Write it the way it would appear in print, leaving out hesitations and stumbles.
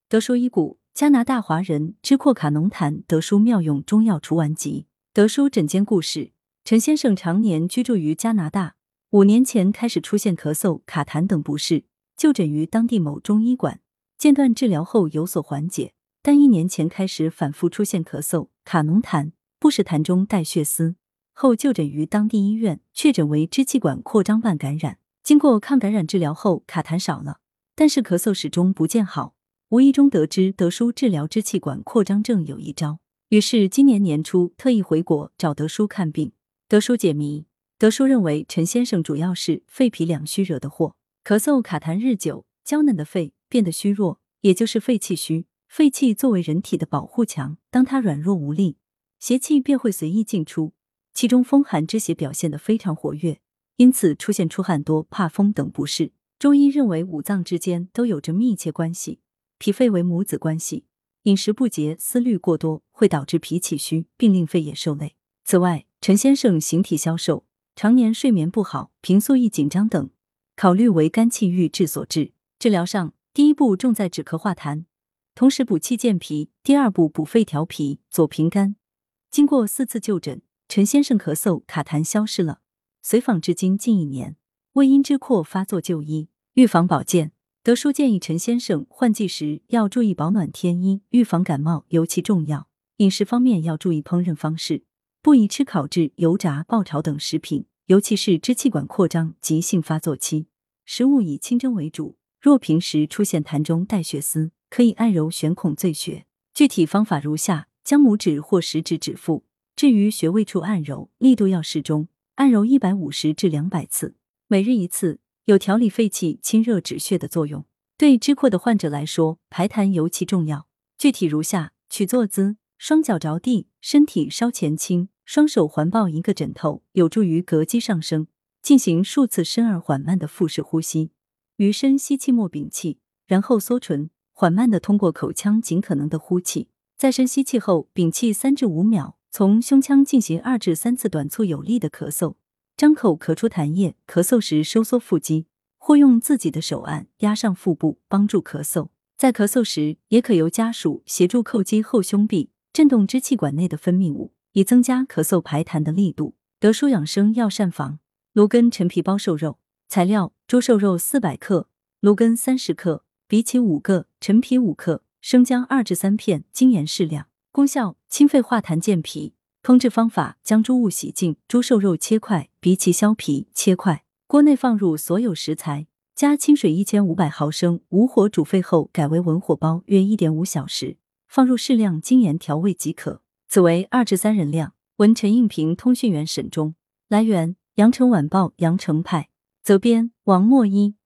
德叔医骨，加拿大华人支阔卡农谈德叔妙用中药除顽疾。德叔诊间故事：陈先生常年居住于加拿大，5年前开始出现咳嗽、卡痰等不适，就诊于当地某中医馆，间断治疗后有所缓解，但1年前开始反复出现咳嗽、卡农痰，不时痰中带血丝，后就诊于当地医院，确诊为支气管扩张慢感染。经过抗感染治疗后，卡痰少了，但是咳嗽始终不见好。无意中得知德叔治疗支气管扩张症有一招，于是今年年初特意回国找德叔看病。德叔解谜，德叔认为陈先生主要是肺脾两虚惹的祸，咳嗽卡痰日久，娇嫩的肺变得虚弱，也就是肺气虚。肺气作为人体的保护墙，当它软弱无力，邪气便会随意进出，其中风寒之邪表现得非常活跃，因此出现出汗多、怕风等不适。中医认为五脏之间都有着密切关系，脾肺为母子关系，饮食不节、思虑过多会导致脾气虚，并令肺也受累。此外，陈先生形体消瘦，常年睡眠不好，平素易紧张等，考虑为肝气郁滞所致。治疗上，第一步重在止咳化痰，同时补气健脾；第二步补肺调脾，左平肝。经过4次就诊，陈先生咳嗽、卡痰消失了，随访至今近1年，未因支扩发作就医。预防保健，德叔建议陈先生换季时要注意保暖添衣，预防感冒尤其重要。饮食方面要注意烹饪方式，不宜吃烤制、油炸、爆炒等食品，尤其是支气管扩张急性发作期，食物以清蒸为主。若平时出现痰中带血丝，可以按揉悬孔醉血。具体方法如下：将拇指或食指指腹，置于穴位处按揉，力度要适中，按揉150至200次，每日1次，有调理肺气、清热止血的作用。对支扩的患者来说，排痰尤其重要。具体如下：取坐姿，双脚着地，身体稍前倾，双手环抱一个枕头，有助于膈肌上升。进行数次深而缓慢的腹式呼吸，于深吸气末屏气，然后缩唇，缓慢地通过口腔尽可能的呼气。在深吸气后，屏气3至5秒，从胸腔进行2至3次短促有力的咳嗽，张口咳出痰液。咳嗽时收缩腹肌，或用自己的手按压上腹部，帮助咳嗽。在咳嗽时，也可由家属协助叩击后胸壁，震动支气管内的分泌物，以增加咳嗽排痰的力度。德叔养生药膳房：芦根陈皮包瘦肉。材料：猪瘦肉400克，芦根30克，荸荠5个，陈皮5克，生姜2至3片，精盐适量。功效：清肺化痰健脾。烹制方法：将猪物洗净，猪瘦肉切块，荸荠削皮切块。锅内放入所有食材，加清水1500毫升，无火煮沸后改为文火煲约1.5小时，放入适量精盐调味即可。此为2至3人量。文陈应平通讯员沈忠。来源：羊城晚报羊城派。责编：王墨一。